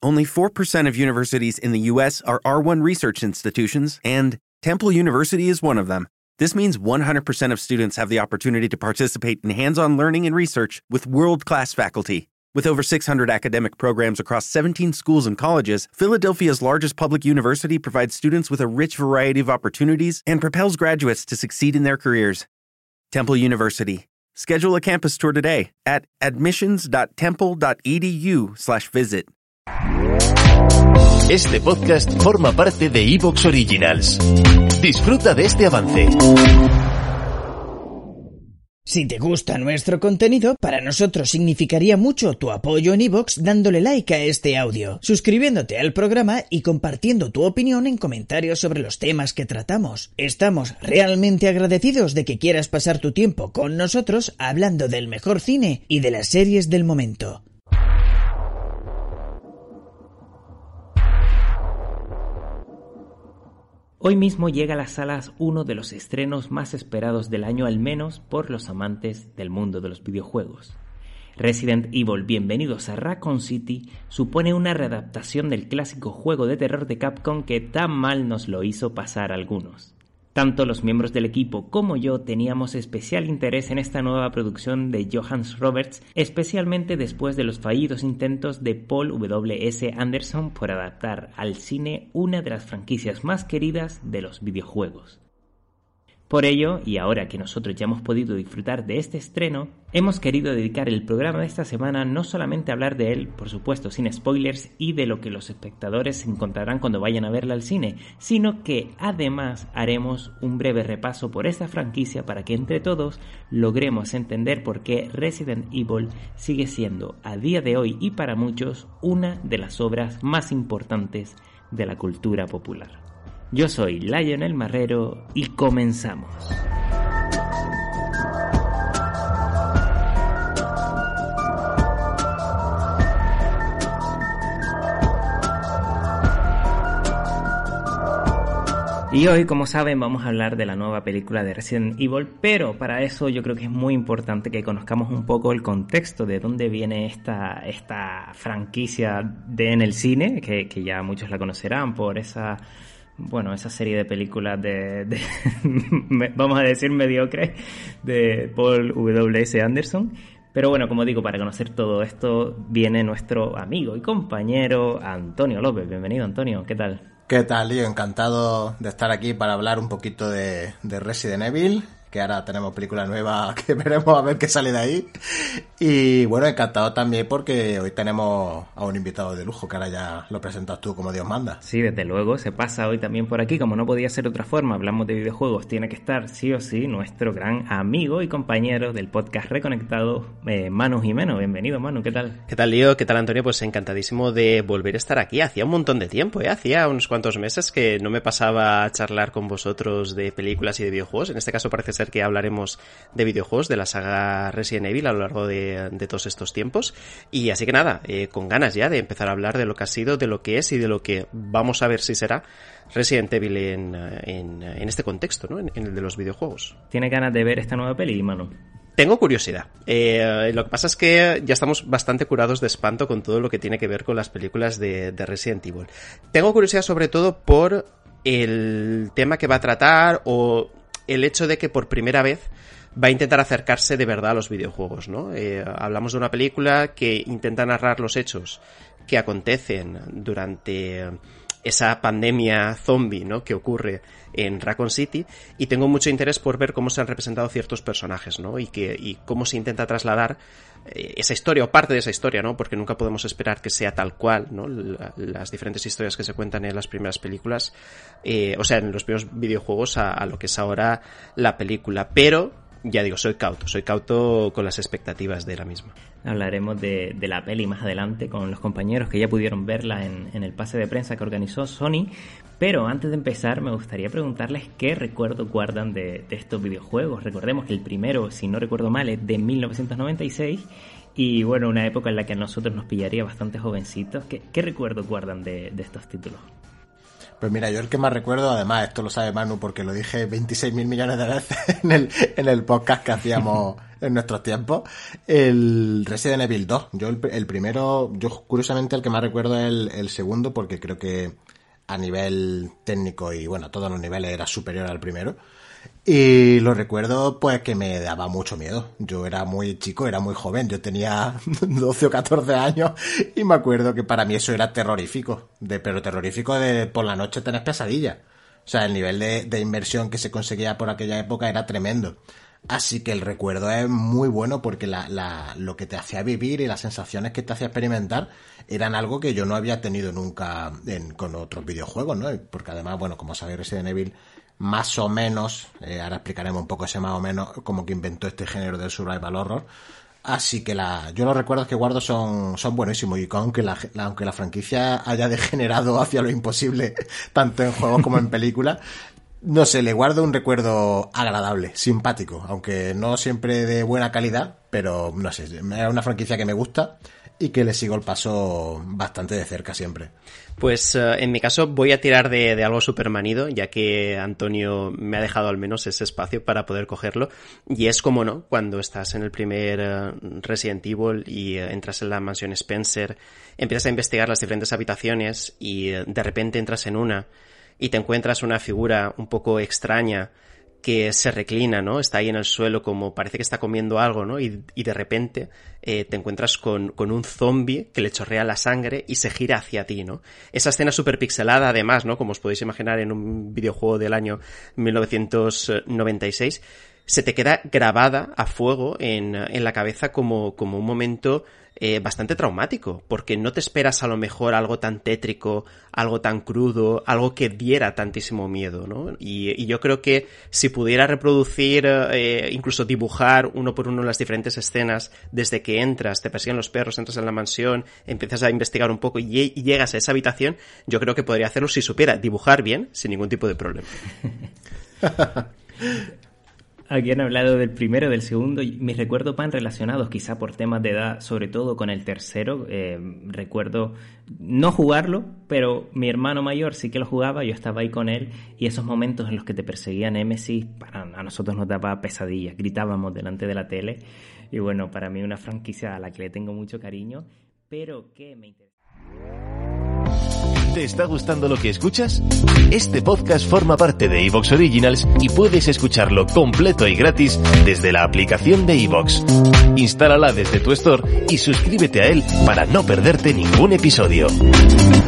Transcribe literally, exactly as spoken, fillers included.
only four percent of universities in the U S are R one research institutions, and Temple University is one of them. This means one hundred percent of students have the opportunity to participate in hands-on learning and research with world-class faculty. With over six hundred academic programs across seventeen schools and colleges, Philadelphia's largest public university provides students with a rich variety of opportunities and propels graduates to succeed in their careers. Temple University. Schedule a campus tour today at admissions.temple.edu slash visit. Este podcast forma parte de iVoox Originals. Disfruta de este avance. Si te gusta nuestro contenido, para nosotros significaría mucho tu apoyo en iVoox dándole like a este audio, suscribiéndote al programa y compartiendo tu opinión en comentarios sobre los temas que tratamos. Estamos realmente agradecidos de que quieras pasar tu tiempo con nosotros hablando del mejor cine y de las series del momento. Hoy mismo llega a las salas uno de los estrenos más esperados del año, al menos por los amantes del mundo de los videojuegos. Resident Evil Bienvenidos a Raccoon City supone una readaptación del clásico juego de terror de Capcom que tan mal nos lo hizo pasar a algunos. Tanto los miembros del equipo como yo teníamos especial interés en esta nueva producción de Johannes Roberts, especialmente después de los fallidos intentos de Paul W S Anderson por adaptar al cine una de las franquicias más queridas de los videojuegos. Por ello, y ahora que nosotros ya hemos podido disfrutar de este estreno, hemos querido dedicar el programa de esta semana no solamente a hablar de él, por supuesto sin spoilers, y de lo que los espectadores encontrarán cuando vayan a verla al cine, sino que además haremos un breve repaso por esta franquicia para que entre todos logremos entender por qué Resident Evil sigue siendo a día de hoy y para muchos una de las obras más importantes de la cultura popular. Yo soy Lionel Marrero y comenzamos. Y hoy, como saben, vamos a hablar de la nueva película de Resident Evil, pero para eso yo creo que es muy importante que conozcamos un poco el contexto de dónde viene esta, esta franquicia de en el cine, que, que ya muchos la conocerán por esa... Bueno, esa serie de películas de, de vamos a decir mediocres, de Paul W S Anderson. Pero bueno, como digo, para conocer todo esto viene nuestro amigo y compañero Antonio López. Bienvenido, Antonio, ¿qué tal? ¿Qué tal, Lío? Encantado de estar aquí para hablar un poquito de, de Resident Evil, que ahora tenemos película nueva que veremos a ver qué sale de ahí. Y bueno, encantado también porque hoy tenemos a un invitado de lujo, que ahora ya lo presentas tú como Dios manda. Sí, desde luego, se pasa hoy también por aquí, como no podía ser de otra forma, hablamos de videojuegos, tiene que estar sí o sí nuestro gran amigo y compañero del podcast Reconectado, eh, Manu Jimeno. Bienvenido, Manu, ¿qué tal? ¿Qué tal, Lío? ¿Qué tal, Antonio? Pues encantadísimo de volver a estar aquí. Hacía un montón de tiempo, ¿eh? Hacía unos cuantos meses que no me pasaba a charlar con vosotros de películas y de videojuegos. En este caso parece ser que hablaremos de videojuegos, de la saga Resident Evil a lo largo de, de todos estos tiempos. Y así que nada, eh, con ganas ya de empezar a hablar de lo que ha sido, de lo que es y de lo que vamos a ver si será Resident Evil en, en, en este contexto, ¿no? En, en el de los videojuegos. ¿Tienes ganas de ver esta nueva peli, Manu? Tengo curiosidad. Eh, lo que pasa es que ya estamos bastante curados de espanto con todo lo que tiene que ver con las películas de, de Resident Evil. Tengo curiosidad sobre todo por el tema que va a tratar o el hecho de que por primera vez va a intentar acercarse de verdad a los videojuegos, ¿no? Eh, hablamos de una película que intenta narrar los hechos que acontecen durante esa pandemia zombie, ¿no?, que ocurre en Raccoon City, y tengo mucho interés por ver cómo se han representado ciertos personajes, ¿no?, y que y cómo se intenta trasladar eh, esa historia o parte de esa historia, ¿no?, porque nunca podemos esperar que sea tal cual, ¿no?, La, las diferentes historias que se cuentan en las primeras películas, eh, o sea, en los primeros videojuegos a, a lo que es ahora la película, pero ya digo, soy cauto, soy cauto con las expectativas de la misma. Hablaremos de, de la peli más adelante con los compañeros que ya pudieron verla en, en el pase de prensa que organizó Sony, pero antes de empezar me gustaría preguntarles qué recuerdos guardan de, de estos videojuegos. Recordemos que el primero, si no recuerdo mal, es de mil novecientos noventa y seis y bueno, una época en la que a nosotros nos pillaría bastante jovencitos. ¿Qué, qué recuerdos guardan de, de estos títulos? Pues mira, yo el que más recuerdo, además, esto lo sabe Manu porque lo dije veintiséis mil millones de veces en el, en el podcast que hacíamos en nuestros tiempos, el Resident Evil dos. Yo el, el primero, yo curiosamente el que más recuerdo es el, el segundo, porque creo que a nivel técnico y bueno, a todos los niveles era superior al primero. Y lo recuerdo pues que me daba mucho miedo. Yo era muy chico, era muy joven, yo tenía doce o catorce años y me acuerdo que para mí eso era terrorífico, de, pero terrorífico de por la noche tener pesadillas. O sea, el nivel de, de inmersión que se conseguía por aquella época era tremendo. Así que el recuerdo es muy bueno porque la, la, lo que te hacía vivir y las sensaciones que te hacía experimentar eran algo que yo no había tenido nunca en, con otros videojuegos, ¿no? Porque además, bueno, como sabéis, Resident Evil más o menos, eh, ahora explicaremos un poco ese más o menos, como que inventó este género del survival horror. Así que la, yo los recuerdos que guardo son, son buenísimos, y aunque la, la, aunque la franquicia haya degenerado hacia lo imposible, tanto en juegos como en películas, no sé, le guardo un recuerdo agradable, simpático, aunque no siempre de buena calidad, pero no sé, es una franquicia que me gusta y que le sigo el paso bastante de cerca siempre. Pues uh, en mi caso voy a tirar de, de algo supermanido, ya que Antonio me ha dejado al menos ese espacio para poder cogerlo, y es como no, cuando estás en el primer uh, Resident Evil y uh, entras en la mansión Spencer, empiezas a investigar las diferentes habitaciones y uh, de repente entras en una y te encuentras una figura un poco extraña que se reclina, ¿no? Está ahí en el suelo como parece que está comiendo algo, ¿no? Y, y de repente eh, te encuentras con, con un zombie que le chorrea la sangre y se gira hacia ti, ¿no? Esa escena súper pixelada, además, ¿no? Como os podéis imaginar en un videojuego del año mil novecientos noventa y seis, se te queda grabada a fuego en, en la cabeza como, como un momento eh, bastante traumático, porque no te esperas a lo mejor algo tan tétrico, algo tan crudo, algo que diera tantísimo miedo, ¿no? Y, y yo creo que si pudiera reproducir, eh, incluso dibujar uno por uno las diferentes escenas, desde que entras, te persiguen los perros, entras en la mansión, empiezas a investigar un poco y, y llegas a esa habitación, yo creo que podría hacerlo si supiera dibujar bien, sin ningún tipo de problema. Aquí han hablado del primero, del segundo. Mis recuerdos van relacionados quizá por temas de edad, sobre todo con el tercero. Eh, recuerdo no jugarlo, pero mi hermano mayor sí que lo jugaba, yo estaba ahí con él, y esos momentos en los que te perseguía Némesis, para a nosotros nos daba pesadillas, gritábamos delante de la tele, y bueno, para mí una franquicia a la que le tengo mucho cariño, pero que me interesa. ¿Te está gustando lo que escuchas? Este podcast forma parte de iVoox Originals y puedes escucharlo completo y gratis desde la aplicación de iVoox. Instálala desde tu store y suscríbete a él para no perderte ningún episodio.